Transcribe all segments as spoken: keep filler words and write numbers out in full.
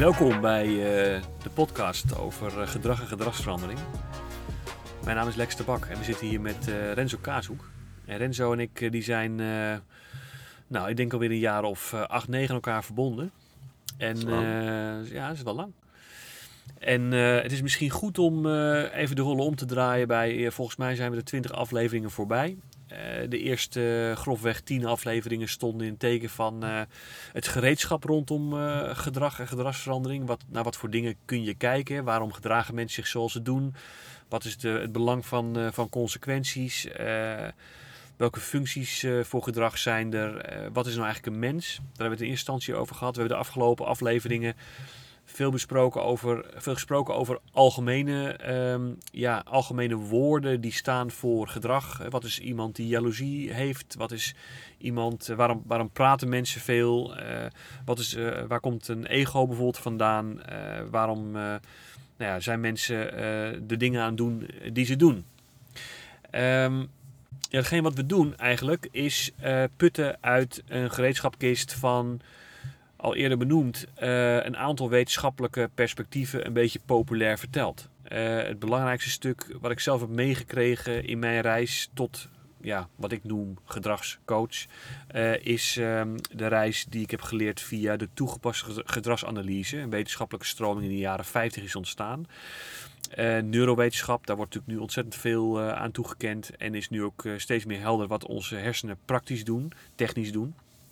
Welkom bij uh, de podcast over uh, gedrag en gedragsverandering. Mijn naam is Lex de Bak en we zitten hier met uh, Renzo Kaashoek. En Renzo en ik uh, die zijn, uh, nou ik denk alweer een jaar of uh, acht, negen elkaar verbonden. En uh, ja, dat is wel lang. En uh, het is misschien goed om uh, even de rollen om te draaien bij, uh, volgens mij zijn we de twintig afleveringen voorbij. Uh, de eerste uh, grofweg tien afleveringen stonden in het teken van uh, het gereedschap rondom uh, gedrag en gedragsverandering. Wat, naar wat voor dingen kun je kijken? Waarom gedragen mensen zich zoals ze doen? Wat is de, het belang van, uh, van consequenties? Uh, welke functies uh, voor gedrag zijn er? Uh, wat is nou eigenlijk een mens? Daar hebben we het in eerste instantie over gehad. We hebben de afgelopen afleveringen veel besproken over, veel gesproken over algemene, um, ja, algemene woorden die staan voor gedrag. Wat is iemand die jaloezie heeft? Wat is iemand, uh, waarom, waarom praten mensen veel? Uh, wat is, uh, waar komt een ego bijvoorbeeld vandaan? Uh, waarom uh, nou ja, zijn mensen uh, de dingen aan het doen die ze doen? Um, ja, hetgeen wat we doen eigenlijk is uh, putten uit een gereedschapkist van, al eerder benoemd, uh, een aantal wetenschappelijke perspectieven een beetje populair verteld. Uh, het belangrijkste stuk wat ik zelf heb meegekregen in mijn reis tot ja, wat ik noem gedragscoach, uh, is um, de reis die ik heb geleerd via de toegepaste gedragsanalyse, een wetenschappelijke stroming in de jaren vijftig is ontstaan. Uh, neurowetenschap, daar wordt natuurlijk nu ontzettend veel uh, aan toegekend en is nu ook uh, steeds meer helder wat onze hersenen praktisch doen, technisch doen.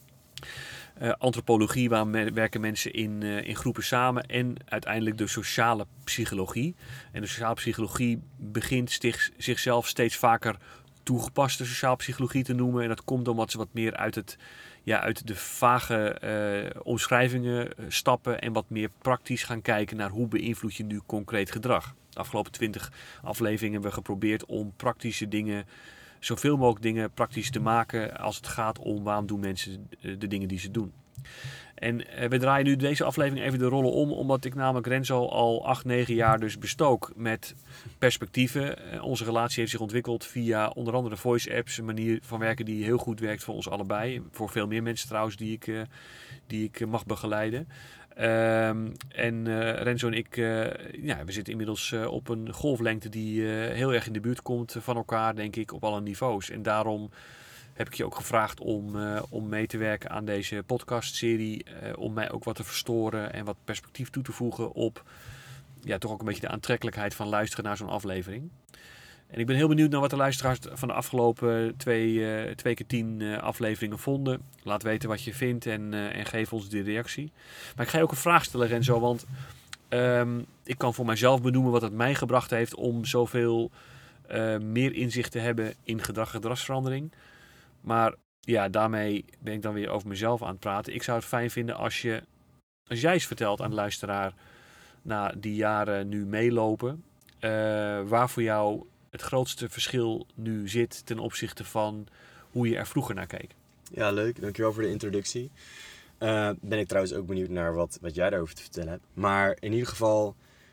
Uh, antropologie, waar me- werken mensen in, uh, in groepen samen, en uiteindelijk de sociale psychologie. En de sociale psychologie begint zich, zichzelf steeds vaker toegepaste sociale psychologie te noemen. En dat komt omdat ze wat meer uit, het, ja, uit de vage uh, omschrijvingen stappen en wat meer praktisch gaan kijken naar hoe beïnvloed je nu concreet gedrag. De afgelopen twintig afleveringen hebben we geprobeerd om praktische dingen, zoveel mogelijk dingen praktisch te maken als het gaat om waarom doen mensen de dingen die ze doen. En we draaien nu deze aflevering even de rollen om, omdat ik namelijk Renzo al acht, negen jaar dus bestook met perspectieven. Onze relatie heeft zich ontwikkeld via onder andere voice apps, een manier van werken die heel goed werkt voor ons allebei. Voor veel meer mensen trouwens die ik, die ik mag begeleiden. Um, en uh, Renzo en ik, uh, ja, we zitten inmiddels uh, op een golflengte die uh, heel erg in de buurt komt van elkaar, denk ik, op alle niveaus. En daarom heb ik je ook gevraagd om, uh, om mee te werken aan deze podcastserie, uh, om mij ook wat te verstoren en wat perspectief toe te voegen op, ja, toch ook een beetje de aantrekkelijkheid van luisteren naar zo'n aflevering. En ik ben heel benieuwd naar wat de luisteraars van de afgelopen twee, uh, twee keer tien uh, afleveringen vonden. Laat weten wat je vindt en, uh, en geef ons die reactie. Maar ik ga je ook een vraag stellen, Renzo, want um, ik kan voor mijzelf benoemen wat het mij gebracht heeft om zoveel uh, meer inzicht te hebben in gedrag en gedragsverandering. Maar ja, daarmee ben ik dan weer over mezelf aan het praten. Ik zou het fijn vinden als je, als jij eens vertelt aan de luisteraar, na die jaren nu meelopen, uh, waar voor jou het grootste verschil nu zit ten opzichte van hoe je er vroeger naar keek. Ja, leuk. Dankjewel voor de introductie. Uh, ben ik trouwens ook benieuwd naar wat, wat jij daarover te vertellen hebt. Maar in ieder geval,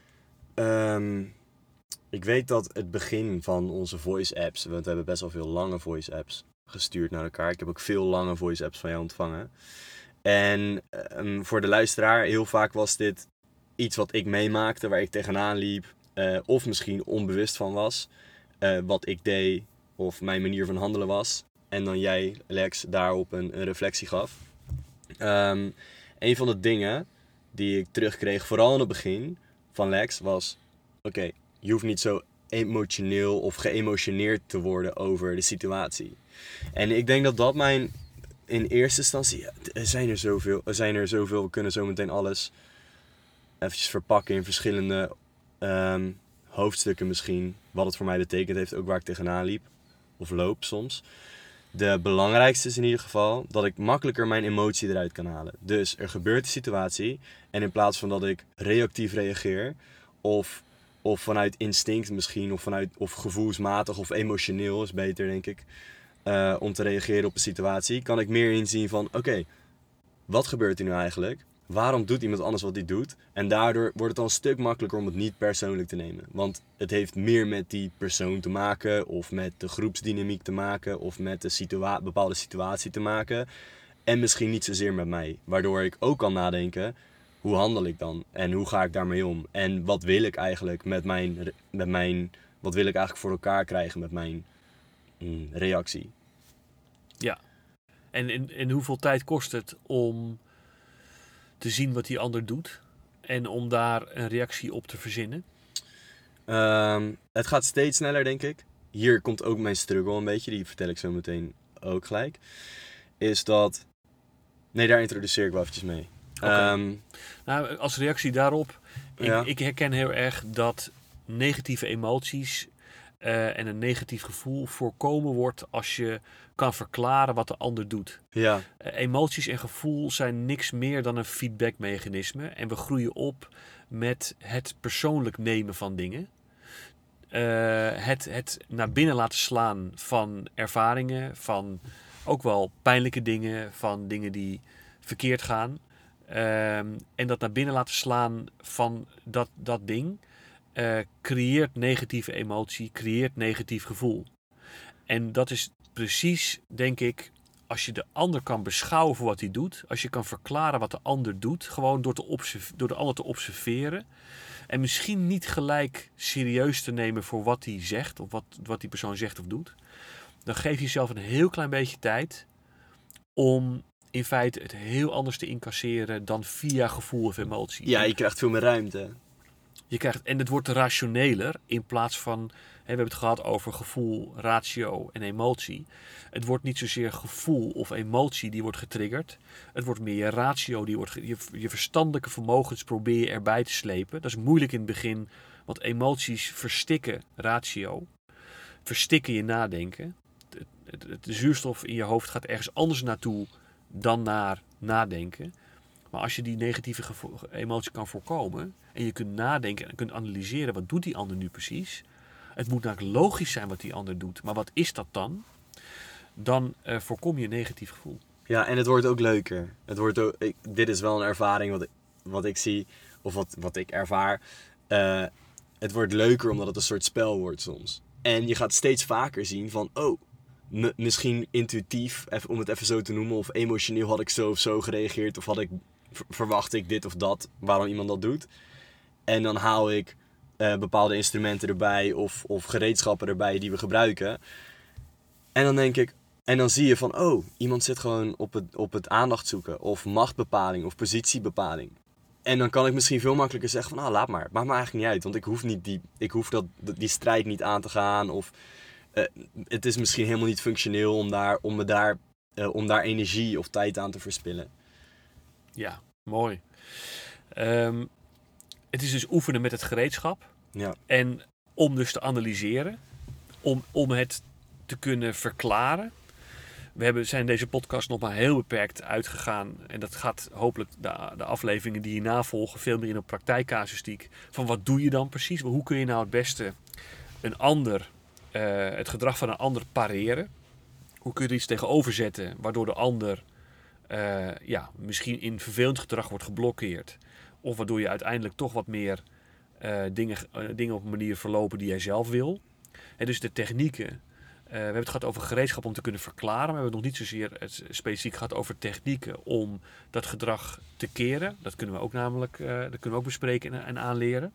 um, ik weet dat het begin van onze voice apps, want we hebben best wel veel lange voice apps gestuurd naar elkaar. Ik heb ook veel lange voice apps van jou ontvangen. En um, voor de luisteraar, heel vaak was dit iets wat ik meemaakte, waar ik tegenaan liep, uh, of misschien onbewust van was. Uh, wat ik deed of mijn manier van handelen was. En dan jij, Lex, daarop een, een reflectie gaf. Um, een van de dingen die ik terugkreeg, vooral in het begin van Lex, was: oké, okay, je hoeft niet zo emotioneel of geëmotioneerd te worden over de situatie. En ik denk dat dat mijn, in eerste instantie, ja, er zijn er zoveel, er zijn er zoveel, we kunnen zo meteen alles eventjes verpakken in verschillende um, hoofdstukken misschien, wat het voor mij betekend heeft, ook waar ik tegenaan liep, of loop soms. De belangrijkste is in ieder geval dat ik makkelijker mijn emotie eruit kan halen. Dus er gebeurt een situatie en in plaats van dat ik reactief reageer, of, of vanuit instinct misschien, of, vanuit, of gevoelsmatig of emotioneel is beter denk ik, uh, om te reageren op een situatie, kan ik meer inzien van oké, okay, wat gebeurt er nu eigenlijk? Waarom doet iemand anders wat hij doet? En daardoor wordt het dan een stuk makkelijker om het niet persoonlijk te nemen. Want het heeft meer met die persoon te maken, of met de groepsdynamiek te maken, of met de situa- bepaalde situatie te maken. En misschien niet zozeer met mij. Waardoor ik ook kan nadenken, hoe handel ik dan? En hoe ga ik daarmee om? En wat wil ik eigenlijk met mijn, met mijn wat wil ik eigenlijk voor elkaar krijgen met mijn mm, reactie? Ja. En, en, en hoeveel tijd kost het om te zien wat die ander doet en om daar een reactie op te verzinnen? Um, het gaat steeds sneller, denk ik. Hier komt ook mijn struggle een beetje, die vertel ik zo meteen ook gelijk. Is dat... Nee, daar introduceer ik wel eventjes mee. Okay. Um, nou, als reactie daarop, ik, ja. ik herken heel erg dat negatieve emoties uh, en een negatief gevoel voorkomen wordt als je kan verklaren wat de ander doet. Ja. Uh, emoties en gevoel zijn niks meer dan een feedbackmechanisme en we groeien op met het persoonlijk nemen van dingen. Uh, het, het naar binnen laten slaan van ervaringen, van ook wel pijnlijke dingen, van dingen die verkeerd gaan. Uh, en dat naar binnen laten slaan van dat, dat ding uh, creëert negatieve emotie, creëert negatief gevoel. En dat is precies, denk ik, als je de ander kan beschouwen voor wat hij doet, als je kan verklaren wat de ander doet, gewoon door, te observ- door de ander te observeren. En misschien niet gelijk serieus te nemen voor wat hij zegt, of wat, wat die persoon zegt of doet. Dan geef je jezelf een heel klein beetje tijd om in feite het heel anders te incasseren dan via gevoel of emotie. Ja, je krijgt veel meer ruimte. Je krijgt, en het wordt rationeler in plaats van... Hè, we hebben het gehad over gevoel, ratio en emotie. Het wordt niet zozeer gevoel of emotie die wordt getriggerd. Het wordt meer je ratio, die wordt, je, je verstandelijke vermogens probeer je erbij te slepen. Dat is moeilijk in het begin, want emoties verstikken ratio. Verstikken je nadenken. De, de, de zuurstof in je hoofd gaat ergens anders naartoe dan naar nadenken. Maar als je die negatieve gevo- emotie kan voorkomen en je kunt nadenken en kunt analyseren, wat doet die ander nu precies? Het moet namelijk logisch zijn wat die ander doet, maar wat is dat dan? Dan uh, voorkom je een negatief gevoel. Ja, en het wordt ook leuker. Het wordt ook, ik, dit is wel een ervaring wat ik, wat ik zie, of wat, wat ik ervaar. Uh, het wordt leuker omdat het een soort spel wordt soms. En je gaat steeds vaker zien van, oh, m- misschien intuïtief, even, om het even zo te noemen, of emotioneel had ik zo of zo gereageerd, of had ik, ver- verwacht ik dit of dat, waarom iemand dat doet. En dan haal ik uh, bepaalde instrumenten erbij, of, of gereedschappen erbij die we gebruiken. En dan denk ik, en dan zie je van, oh, iemand zit gewoon op het, op het aandacht zoeken, of machtbepaling, of positiebepaling. En dan kan ik misschien veel makkelijker zeggen van, ah, laat maar, maakt me eigenlijk niet uit, want ik hoef, niet die, ik hoef dat, die strijd niet aan te gaan, of uh, het is misschien helemaal niet functioneel om daar, om me daar, uh, om daar energie of tijd aan te verspillen. Ja, mooi. Um, het is dus oefenen met het gereedschap. Ja. En om dus te analyseren, om, om het te kunnen verklaren. We hebben, zijn deze podcast nog maar heel beperkt uitgegaan. En dat gaat hopelijk de, de afleveringen die hierna volgen veel meer in een praktijkcasuïstiek. Van wat doe je dan precies? Hoe kun je nou het beste een ander, uh, het gedrag van een ander pareren? Hoe kun je er iets tegenover zetten waardoor de ander uh, ja, misschien in vervelend gedrag wordt geblokkeerd? Of waardoor je uiteindelijk toch wat meer uh, dingen, uh, dingen op een manier verlopen die jij zelf wil. En dus de technieken. Uh, we hebben het gehad over gereedschap om te kunnen verklaren. Maar we hebben nog niet zozeer het specifiek gehad over technieken om dat gedrag te keren. Dat kunnen we ook namelijk uh, dat kunnen we ook bespreken en, en aanleren.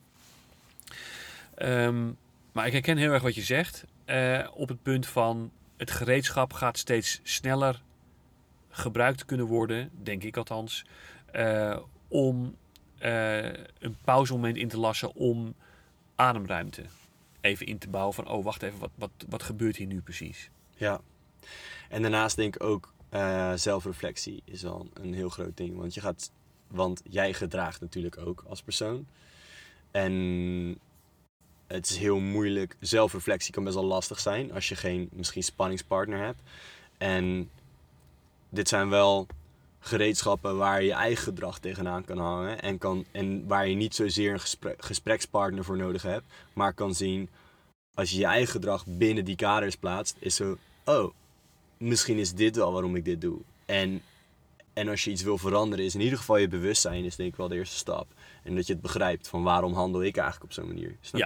Um, maar ik herken heel erg wat je zegt. Uh, op het punt van het gereedschap gaat steeds sneller gebruikt kunnen worden, denk ik althans, uh, om uh, een pauzemoment in te lassen om ademruimte even in te bouwen van, oh, wacht even, wat, wat, wat gebeurt hier nu precies? Ja. En daarnaast denk ik ook, uh, zelfreflectie is wel een heel groot ding. Want, je gaat, want jij gedraagt natuurlijk ook als persoon. En het is heel moeilijk. Zelfreflectie kan best wel lastig zijn als je geen misschien spanningspartner hebt. En dit zijn wel gereedschappen waar je je eigen gedrag tegenaan kan hangen. En, kan, en waar je niet zozeer een gesprek, gesprekspartner voor nodig hebt. Maar kan zien, als je je eigen gedrag binnen die kaders plaatst, is zo, oh, misschien is dit wel waarom ik dit doe. En, en als je iets wil veranderen, is in ieder geval je bewustzijn is denk ik wel de eerste stap. En dat je het begrijpt van waarom handel ik eigenlijk op zo'n manier. Snap ja. dat ik?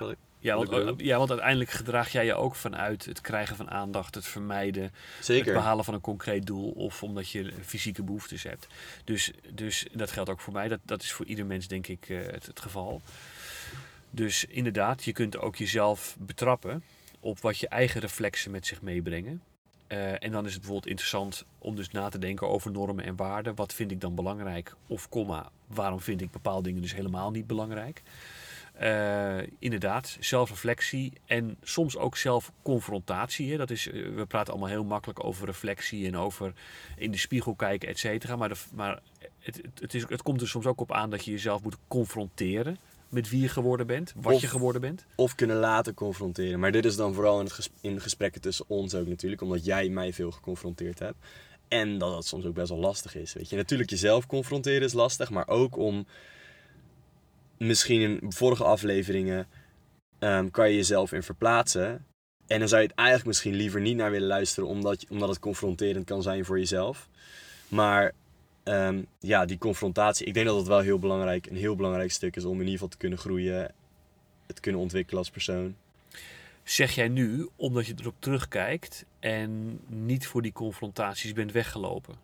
Ja Wat want, ik bedoel? ja, want uiteindelijk gedraag jij je ook vanuit het krijgen van aandacht, het vermijden, Zeker. het behalen van een concreet doel of omdat je fysieke behoeftes hebt. Dus, dus dat geldt ook voor mij. Dat, dat is voor ieder mens denk ik uh, het, het geval. Dus inderdaad, je kunt ook jezelf betrappen op wat je eigen reflexen met zich meebrengen. Uh, en dan is het bijvoorbeeld interessant om dus na te denken over normen en waarden. Wat vind ik dan belangrijk? Of komma, waarom vind ik bepaalde dingen dus helemaal niet belangrijk? Uh, inderdaad, zelfreflectie en soms ook zelfconfrontatie. Hè? Dat is, uh, we praten allemaal heel makkelijk over reflectie en over in de spiegel kijken, et cetera. Maar, de, maar het, het, het, is, het komt er soms ook op aan dat je jezelf moet confronteren met wie je geworden bent, wat Of- je geworden bent. Of kunnen laten confronteren. Maar dit is dan vooral in, het ges- in gesprekken tussen ons ook natuurlijk. Omdat jij mij veel geconfronteerd hebt. En dat dat soms ook best wel lastig is. Weet je. Natuurlijk jezelf confronteren is lastig. Maar ook om... Misschien in vorige afleveringen... Um, kan je jezelf in verplaatsen. En dan zou je het eigenlijk misschien liever niet naar willen luisteren. Omdat, je, omdat het confronterend kan zijn voor jezelf. Maar... Um, ja, die confrontatie. Ik denk dat dat wel heel belangrijk, een heel belangrijk stuk is om in ieder geval te kunnen groeien. Het kunnen ontwikkelen als persoon. Zeg jij nu, omdat je erop terugkijkt en niet voor die confrontaties bent weggelopen.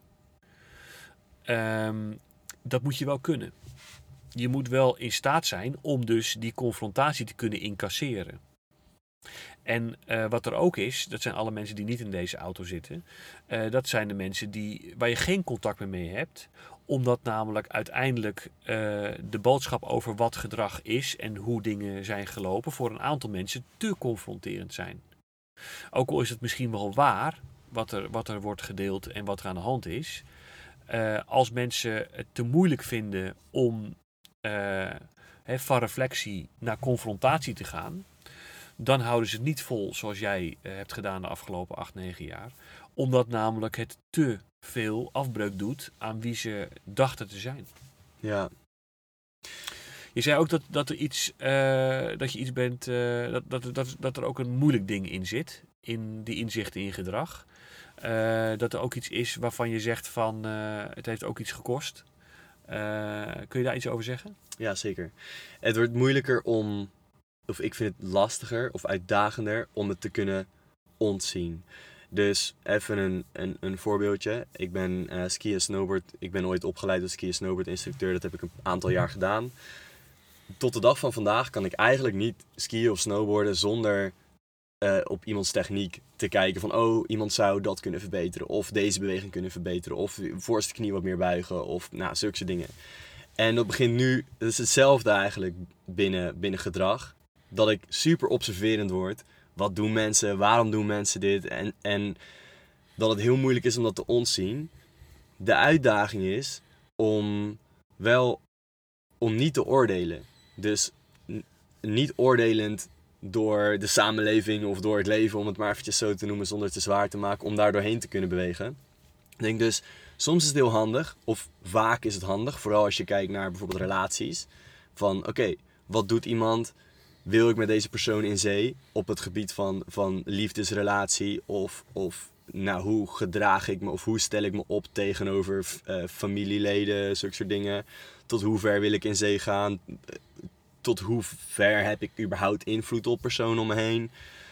Um, dat moet je wel kunnen. Je moet wel in staat zijn om dus die confrontatie te kunnen incasseren. En uh, wat er ook is, dat zijn alle mensen die niet in deze auto zitten. Uh, dat zijn de mensen die, waar je geen contact meer mee hebt. Omdat namelijk uiteindelijk uh, de boodschap over wat gedrag is en hoe dingen zijn gelopen voor een aantal mensen te confronterend zijn. Ook al is het misschien wel waar wat er, wat er wordt gedeeld en wat er aan de hand is. Uh, als mensen het te moeilijk vinden om uh, he, van reflectie naar confrontatie te gaan. Dan houden ze het niet vol zoals jij uh, hebt gedaan de afgelopen acht, negen jaar. Omdat namelijk het te veel afbreuk doet aan wie ze dachten te zijn. Ja. Je zei ook dat, dat er iets, uh, dat je iets bent, uh, dat, dat, dat, dat er ook een moeilijk ding in zit. In die inzichten in gedrag. Uh, dat er ook iets is waarvan je zegt van, uh, het heeft ook iets gekost. Uh, kun je daar iets over zeggen? Ja, zeker. Het wordt moeilijker om... Of ik vind het lastiger of uitdagender om het te kunnen ontzien. Dus even een, een, een voorbeeldje. Ik ben uh, ski en snowboard. Ik ben ooit opgeleid als ski en snowboard instructeur. Dat heb ik een aantal jaar gedaan. Tot de dag van vandaag kan ik eigenlijk niet skiën of snowboarden zonder uh, op iemands techniek te kijken. Van oh, iemand zou dat kunnen verbeteren. Of deze beweging kunnen verbeteren. Of voorste knie wat meer buigen. Of nou, zulke dingen. En dat begint nu, dat is hetzelfde eigenlijk binnen, binnen gedrag. Dat ik super observerend word. Wat doen mensen? Waarom doen mensen dit? En, en dat het heel moeilijk is om dat te ontzien. De uitdaging is om wel om niet te oordelen. Dus n- niet oordelend door de samenleving of door het leven, om het maar eventjes zo te noemen, zonder het te zwaar te maken, om daar doorheen te kunnen bewegen. Ik denk dus, soms is het heel handig, of vaak is het handig, vooral als je kijkt naar bijvoorbeeld relaties. Van oké, okay, wat doet iemand? Wil ik met deze persoon in zee op het gebied van, van liefdesrelatie? Of, of nou, hoe gedraag ik me of hoe stel ik me op tegenover uh, familieleden, zulke soort dingen. Tot hoe ver wil ik in zee gaan? Tot hoe ver heb ik überhaupt invloed op personen om me heen?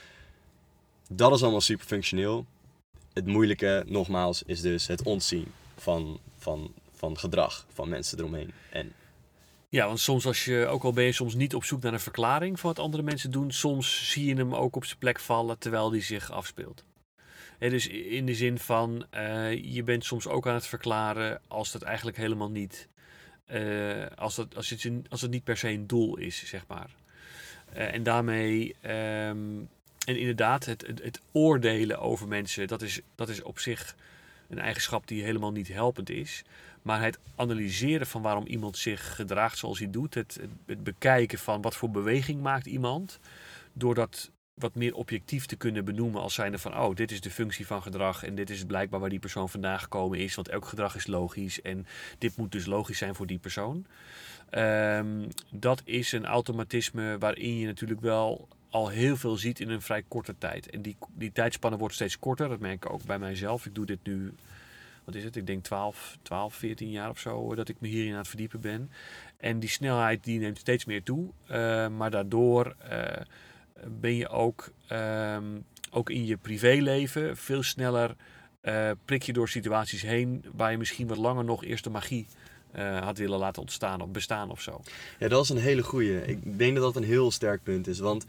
Dat is allemaal super functioneel. Het moeilijke, nogmaals, is dus het ontzien van, van, van gedrag van mensen eromheen. En ja, want soms als je, ook al ben je soms niet op zoek naar een verklaring van wat andere mensen doen, soms zie je hem ook op zijn plek vallen terwijl die zich afspeelt. He, dus in de zin van, uh, je bent soms ook aan het verklaren als dat eigenlijk helemaal niet, uh, als, dat, als, het, als het niet per se een doel is, zeg maar. Uh, en daarmee, um, en inderdaad, het, het, het oordelen over mensen, dat is, dat is op zich een eigenschap die helemaal niet helpend is. Maar het analyseren van waarom iemand zich gedraagt zoals hij doet, het, het bekijken van wat voor beweging maakt iemand, door dat wat meer objectief te kunnen benoemen als zijnde van, oh, dit is de functie van gedrag en dit is blijkbaar waar die persoon vandaan gekomen is, want elk gedrag is logisch en dit moet dus logisch zijn voor die persoon. Um, dat is een automatisme waarin je natuurlijk wel al heel veel ziet in een vrij korte tijd. En die, die tijdspanne wordt steeds korter, dat merk ik ook bij mijzelf. Ik doe dit nu, wat is het, ik denk twaalf, twaalf, veertien jaar of zo, dat ik me hierin aan het verdiepen ben. En die snelheid die neemt steeds meer toe, uh, maar daardoor uh, ben je ook, um, ook in je privéleven veel sneller uh, prik je door situaties heen waar je misschien wat langer nog eerst de magie uh, had willen laten ontstaan of bestaan of zo. Ja, dat is een hele goeie. Ik denk dat dat een heel sterk punt is. Want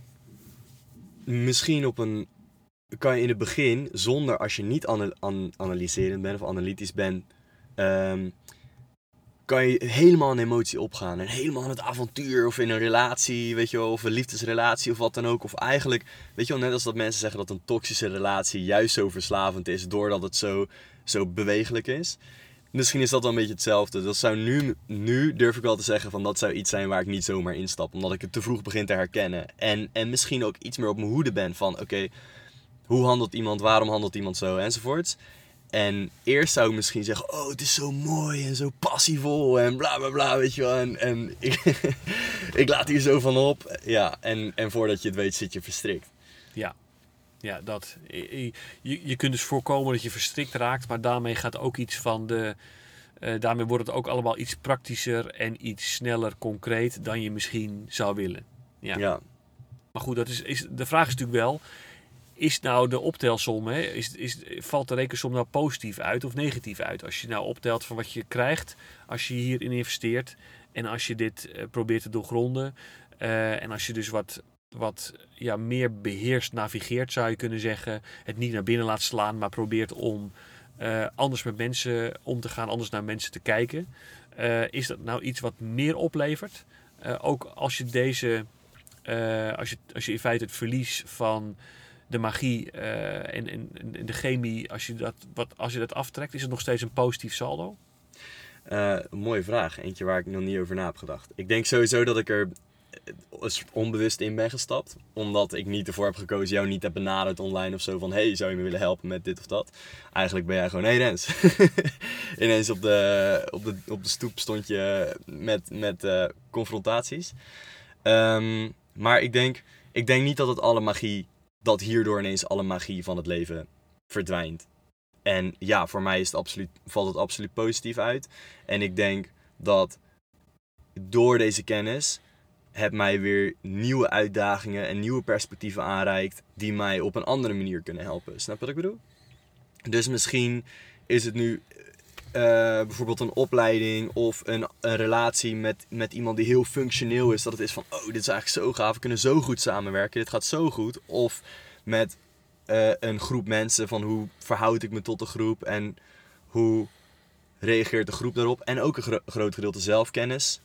misschien op een... kan je in het begin, zonder als je niet ana- an- analyserend bent of analytisch bent... Um, kan je helemaal een emotie opgaan. En helemaal aan het avontuur of in een relatie, weet je wel, of een liefdesrelatie of wat dan ook. Of eigenlijk, weet je wel, net als dat mensen zeggen dat een toxische relatie juist zo verslavend is, doordat het zo, zo bewegelijk is. Misschien is dat wel een beetje hetzelfde. Dat zou nu, nu durf ik wel te zeggen van dat zou iets zijn waar ik niet zomaar instap. Omdat ik het te vroeg begin te herkennen. En, en misschien ook iets meer op mijn hoede ben van, oké, okay, hoe handelt iemand, waarom handelt iemand zo, enzovoorts. En eerst zou ik misschien zeggen, oh, het is zo mooi en zo passievol en bla bla bla, weet je wel. En, en ik, ik laat hier zo van op. Ja, en, en voordat je het weet zit je verstrikt. Ja, ja dat. Je, je kunt dus voorkomen dat je verstrikt raakt, maar daarmee gaat ook iets van de... Uh, daarmee wordt het ook allemaal iets praktischer en iets sneller concreet dan je misschien zou willen. Ja. ja. Maar goed, dat is, is, de vraag is natuurlijk wel... Is nou de optelsom, hè, is, is, valt de rekensom nou positief uit of negatief uit? Als je nou optelt van wat je krijgt, als je hierin investeert en als je dit uh, probeert te doorgronden. Uh, en als je dus wat, wat ja, meer beheerst navigeert, zou je kunnen zeggen. Het niet naar binnen laat slaan, maar probeert om uh, anders met mensen om te gaan, anders naar mensen te kijken. Uh, is dat nou iets wat meer oplevert? Uh, ook als je deze, uh, als je, als je in feite het verlies van... de magie uh, en, en, en de chemie, als je, dat, wat, als je dat aftrekt, is het nog steeds een positief saldo? Uh, een mooie vraag. Eentje waar ik nog niet over na heb gedacht. Ik denk sowieso dat ik er onbewust in ben gestapt. Omdat ik niet ervoor heb gekozen, jou niet heb benaderd online of zo. Van, hey, zou je me willen helpen met dit of dat? Eigenlijk ben jij gewoon, hey Rens. Ineens op de, op, de, op de stoep stond je met, met uh, confrontaties. Um, maar ik denk, ik denk niet dat het alle magie... dat hierdoor ineens alle magie van het leven verdwijnt. En ja, voor mij is het absoluut, valt het absoluut positief uit. En ik denk dat door deze kennis het mij weer nieuwe uitdagingen en nieuwe perspectieven aanreikt die mij op een andere manier kunnen helpen. Snap je wat ik bedoel? Dus misschien is het nu uh, bijvoorbeeld een opleiding of een, een relatie met, met iemand die heel functioneel is. Dat het is van, oh, dit is eigenlijk zo gaaf, we kunnen zo goed samenwerken, dit gaat zo goed. Of met uh, een groep mensen van hoe verhoud ik me tot de groep en hoe reageert de groep daarop. En ook een gro- groot gedeelte zelfkennis.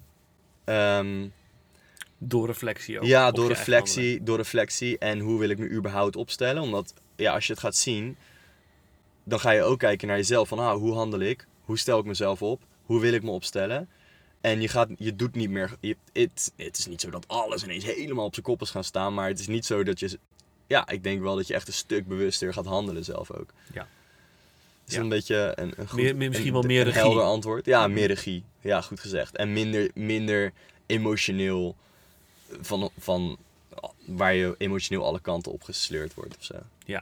Um, door reflectie ook. Ja, door reflectie, door reflectie en hoe wil ik me überhaupt opstellen. Omdat ja, als je het gaat zien, dan ga je ook kijken naar jezelf. Van ah, hoe handel ik? Hoe stel ik mezelf op? Hoe wil ik me opstellen? En je, gaat, je doet niet meer... Je, het, het is niet zo dat alles ineens helemaal op zijn kop is gaan staan. Maar het is niet zo dat je... Ja, ik denk wel dat je echt een stuk bewuster gaat handelen zelf ook. Ja. Is ja. een beetje een, een goed... Meer, misschien een, wel meer een regie. helder antwoord. Ja, meer regie. Ja, goed gezegd. En minder, minder emotioneel... Van, van waar je emotioneel alle kanten op gesleurd wordt of zo. Ja.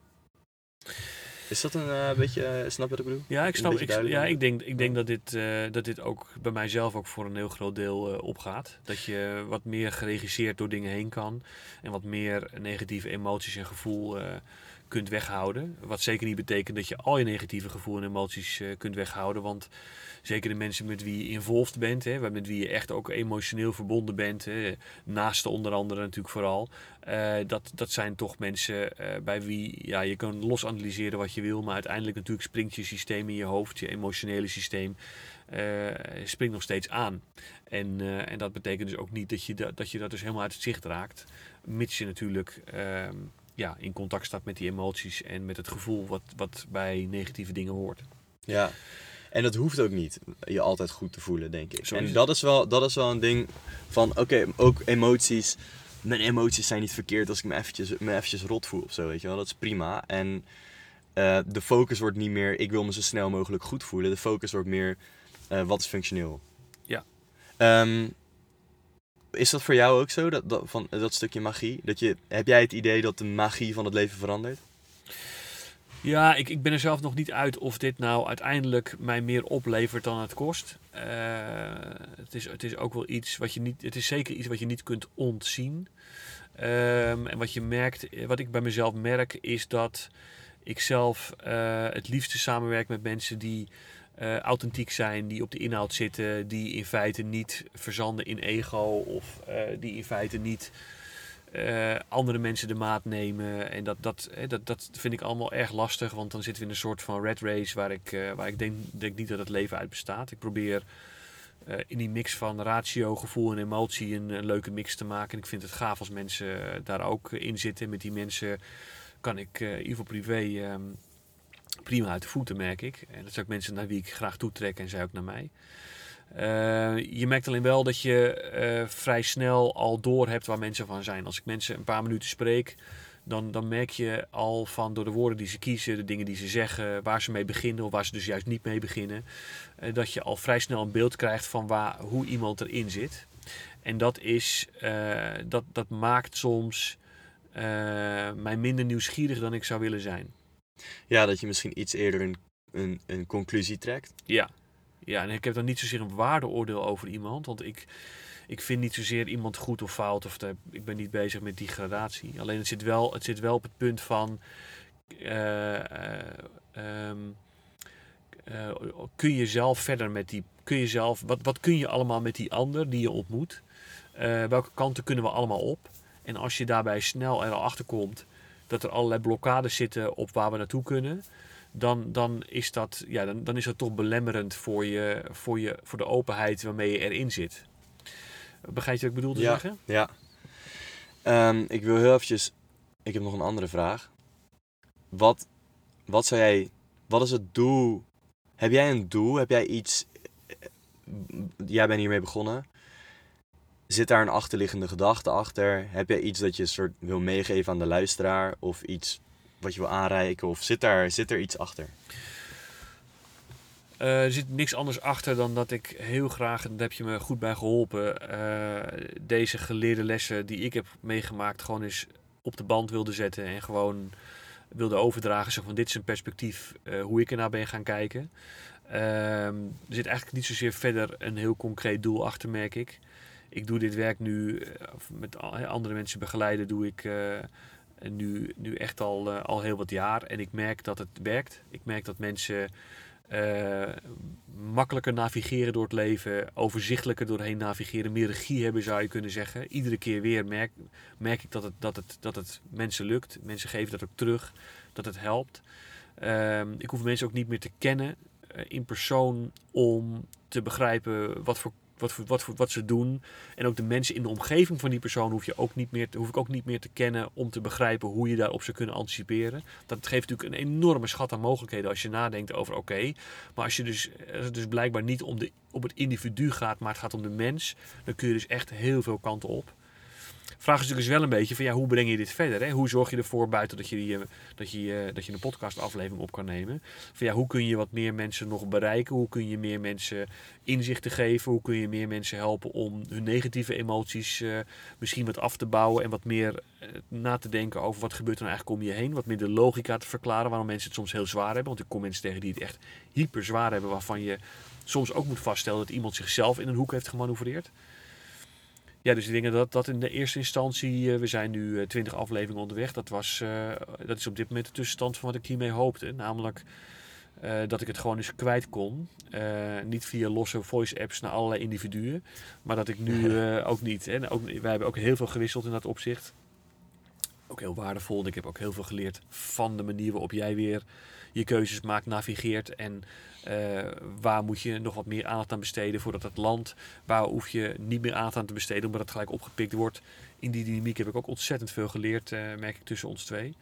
Is dat een uh, beetje, uh, snap je wat ik bedoel? Ja, ik snap. Ik, ja, worden? ik denk, ik denk dat, dit, uh, dat dit ook bij mijzelf ook voor een heel groot deel uh, opgaat. Dat je wat meer geregisseerd door dingen heen kan. En wat meer negatieve emoties en gevoel uh, kunt weghouden. Wat zeker niet betekent dat je al je negatieve gevoel en emoties uh, kunt weghouden. Want zeker de mensen met wie je involved bent, hè, met wie je echt ook emotioneel verbonden bent, hè, naasten onder andere natuurlijk vooral, uh, dat, dat zijn toch mensen uh, bij wie ja, je kan los analyseren wat je wil, maar uiteindelijk natuurlijk springt je systeem in je hoofd, je emotionele systeem, uh, springt nog steeds aan. En, uh, en dat betekent dus ook niet dat je, da- dat je dat dus helemaal uit het zicht raakt, mits je natuurlijk uh, ja, in contact staat met die emoties en met het gevoel wat, wat bij negatieve dingen hoort. Ja. En dat hoeft ook niet je altijd goed te voelen, denk ik. Zo en is dat is, wel, dat is wel een ding van, oké, okay, ook emoties. Mijn emoties zijn niet verkeerd als ik me eventjes, me eventjes rot voel of zo, weet je wel. Dat is prima. En uh, de focus wordt niet meer, ik wil me zo snel mogelijk goed voelen. De focus wordt meer, uh, wat is functioneel? Ja. Um, is dat voor jou ook zo, dat, dat, van, dat stukje magie? Dat je, heb jij het idee dat de magie van het leven verandert? Ja, ik, ik ben er zelf nog niet uit of dit nou uiteindelijk mij meer oplevert dan het kost. Uh, het, is, het is ook wel iets wat je niet. Het is zeker iets wat je niet kunt ontzien. Um, en wat je merkt, wat ik bij mezelf merk, is dat ik zelf uh, het liefste samenwerk met mensen die uh, authentiek zijn, die op de inhoud zitten, die in feite niet verzanden in ego of uh, die in feite niet uh, andere mensen de maat nemen. En dat, dat, eh, dat, dat vind ik allemaal erg lastig, want dan zitten we in een soort van rat race waar ik, uh, waar ik denk, denk niet dat het leven uit bestaat. Ik probeer uh, in die mix van ratio, gevoel en emotie een, een leuke mix te maken. En ik vind het gaaf als mensen daar ook in zitten. Met die mensen kan ik uh, in ieder geval privé um, prima uit de voeten, merk ik. En dat zijn ook mensen naar wie ik graag toetrek en zij ook naar mij. Uh, je merkt alleen wel dat je uh, vrij snel al door hebt waar mensen van zijn. Als ik mensen een paar minuten spreek, dan, dan merk je al van door de woorden die ze kiezen, de dingen die ze zeggen, waar ze mee beginnen of waar ze dus juist niet mee beginnen, uh, dat je al vrij snel een beeld krijgt van waar, hoe iemand erin zit. En dat, is, uh, dat, dat maakt soms uh, mij minder nieuwsgierig dan ik zou willen zijn. Ja, dat je misschien iets eerder een, een, een conclusie trekt. Ja. Ja, en ik heb dan niet zozeer een waardeoordeel over iemand. Want ik, ik vind niet zozeer iemand goed of fout. Of te, ik ben niet bezig met die gradatie. Alleen het zit wel, het zit wel op het punt van... Uh, uh, um, uh, kun je zelf verder met die... Kun je zelf, wat, wat kun je allemaal met die ander die je ontmoet? Uh, welke kanten kunnen we allemaal op? En als je daarbij snel er al achter komt dat er allerlei blokkades zitten op waar we naartoe kunnen... Dan, dan, is dat, ja, dan, dan is dat toch belemmerend voor, je, voor, je, voor de openheid waarmee je erin zit. Begrijp je wat ik bedoel te ja, zeggen? Ja. Um, ik wil heel eventjes... Ik heb nog een andere vraag. Wat, wat zou jij... Wat is het doel? Heb jij een doel? Heb jij iets... Jij bent hiermee begonnen. Zit daar een achterliggende gedachte achter? Heb jij iets dat je soort wil meegeven aan de luisteraar? Of iets... wat je wil aanreiken, of zit daar, zit er iets achter? Uh, er zit niks anders achter dan dat ik heel graag, en daar heb je me goed bij geholpen, uh, deze geleerde lessen die ik heb meegemaakt gewoon eens op de band wilde zetten en gewoon wilde overdragen. Zo van, dit is een perspectief uh, hoe ik ernaar ben gaan kijken. Uh, er zit eigenlijk niet zozeer verder een heel concreet doel achter, merk ik. Ik doe dit werk nu, uh, met andere mensen begeleiden, doe ik... Uh, En nu, nu echt al, uh, al heel wat jaar. En ik merk dat het werkt. Ik merk dat mensen uh, makkelijker navigeren door het leven. Overzichtelijker doorheen navigeren. Meer regie hebben, zou je kunnen zeggen. Iedere keer weer merk, merk ik dat het, dat, het, dat het mensen lukt. Mensen geven dat ook terug. Dat het helpt. Uh, ik hoef mensen ook niet meer te kennen uh, in persoon om te begrijpen wat voor Wat, voor, wat, voor, wat ze doen. En ook de mensen in de omgeving van die persoon hoef, je ook niet meer te, hoef ik ook niet meer te kennen om te begrijpen hoe je daarop zou kunnen anticiperen. Dat geeft natuurlijk een enorme schat aan mogelijkheden als je nadenkt over oké. Okay, maar als, je dus, als het dus blijkbaar niet om, de, om het individu gaat, maar het gaat om de mens, dan kun je dus echt heel veel kanten op. Vraag is natuurlijk dus wel een beetje van ja, hoe breng je dit verder? Hè? Hoe zorg je ervoor buiten dat je, die, dat, je, dat je een podcastaflevering op kan nemen? Van ja, hoe kun je wat meer mensen nog bereiken? Hoe kun je meer mensen inzichten geven? Hoe kun je meer mensen helpen om hun negatieve emoties uh, misschien wat af te bouwen en wat meer uh, na te denken over wat gebeurt er nou eigenlijk om je heen? Wat meer de logica te verklaren waarom mensen het soms heel zwaar hebben. Want ik kom mensen tegen die het echt hyper zwaar hebben, waarvan je soms ook moet vaststellen dat iemand zichzelf in een hoek heeft gemanoeuvreerd. Ja, dus ik denk dat dat in de eerste instantie, uh, we zijn nu twintig uh, afleveringen onderweg. Dat, was, uh, dat is op dit moment de tussenstand van wat ik hiermee hoopte. Namelijk uh, dat ik het gewoon eens kwijt kon. Uh, niet via losse voice apps naar allerlei individuen. Maar dat ik nu uh, ook niet. Hè, ook, wij hebben ook heel veel gewisseld in dat opzicht. Ook heel waardevol. En ik heb ook heel veel geleerd van de manier waarop jij weer je keuzes maakt, navigeert en uh, waar moet je nog wat meer aandacht aan besteden voordat het land, waar hoef je niet meer aandacht aan te besteden omdat het gelijk opgepikt wordt. In die dynamiek heb ik ook ontzettend veel geleerd, uh, merk ik, tussen ons twee.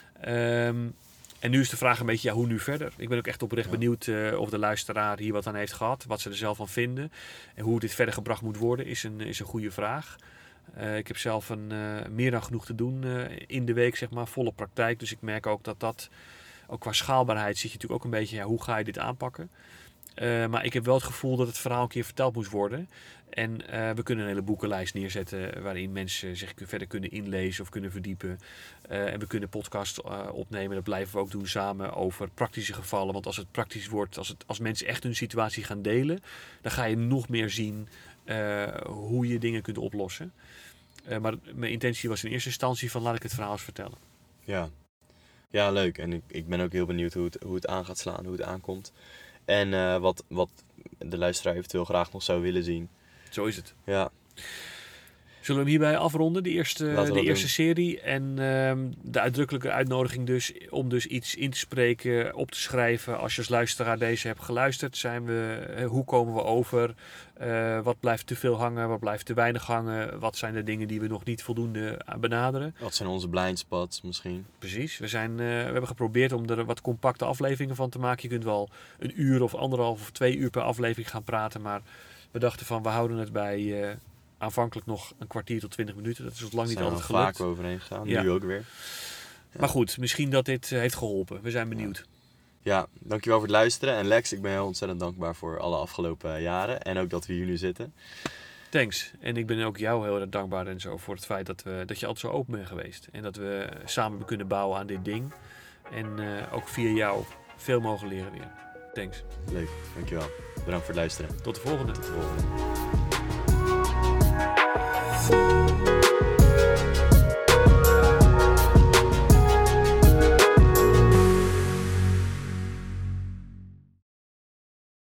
Um, en nu is de vraag een beetje, ja, hoe nu verder? Ik ben ook echt oprecht ja. benieuwd uh, of de luisteraar hier wat aan heeft gehad, wat ze er zelf van vinden en hoe dit verder gebracht moet worden, is een, is een goede vraag. Uh, ik heb zelf een, uh, meer dan genoeg te doen uh, in de week, zeg maar, volle praktijk. Dus ik merk ook dat dat, ook qua schaalbaarheid, zit je natuurlijk ook een beetje, ja, hoe ga je dit aanpakken? Uh, maar ik heb wel het gevoel dat het verhaal een keer verteld moest worden. En uh, we kunnen een hele boekenlijst neerzetten waarin mensen zich verder kunnen inlezen of kunnen verdiepen. Uh, en we kunnen podcasts uh, opnemen, dat blijven we ook doen samen over praktische gevallen. Want als het praktisch wordt, als, het, als mensen echt hun situatie gaan delen, dan ga je nog meer zien uh, hoe je dingen kunt oplossen. Uh, maar mijn intentie was in eerste instantie van laat ik het verhaal eens vertellen. Ja, ja leuk. En ik, ik ben ook heel benieuwd hoe het, hoe het aan gaat slaan, hoe het aankomt. En uh, wat, wat de luisteraar eventueel graag nog zou willen zien. Zo is het. Ja. Zullen we hem hierbij afronden, de eerste, de eerste doen. serie. En uh, de uitdrukkelijke uitnodiging dus om dus iets in te spreken, op te schrijven. Als je als luisteraar deze hebt geluisterd, zijn we, uh, hoe komen we over? Uh, wat blijft te veel hangen? Wat blijft te weinig hangen? Wat zijn de dingen die we nog niet voldoende benaderen? Wat zijn onze blind spots misschien? Precies. We, zijn, uh, we hebben geprobeerd om er wat compacte afleveringen van te maken. Je kunt wel een uur of anderhalf of twee uur per aflevering gaan praten. Maar we dachten van, we houden het bij... Uh, aanvankelijk nog een kwartier tot twintig minuten. Dat is ons lang niet altijd gelukt. Vaak overheen gegaan, ja. Nu ook weer. Ja. Maar goed, misschien dat dit uh, heeft geholpen. We zijn benieuwd. Ja. ja, dankjewel voor het luisteren. En Lex, ik ben heel ontzettend dankbaar voor alle afgelopen jaren. En ook dat we hier nu zitten. Thanks. En ik ben ook jou heel erg dankbaar en zo voor het feit dat, we, dat je altijd zo open bent geweest. En dat we samen hebben kunnen bouwen aan dit ding. En uh, ook via jou veel mogen leren weer. Thanks. Leuk, dankjewel. Bedankt voor het luisteren. Tot de volgende. Tot de volgende.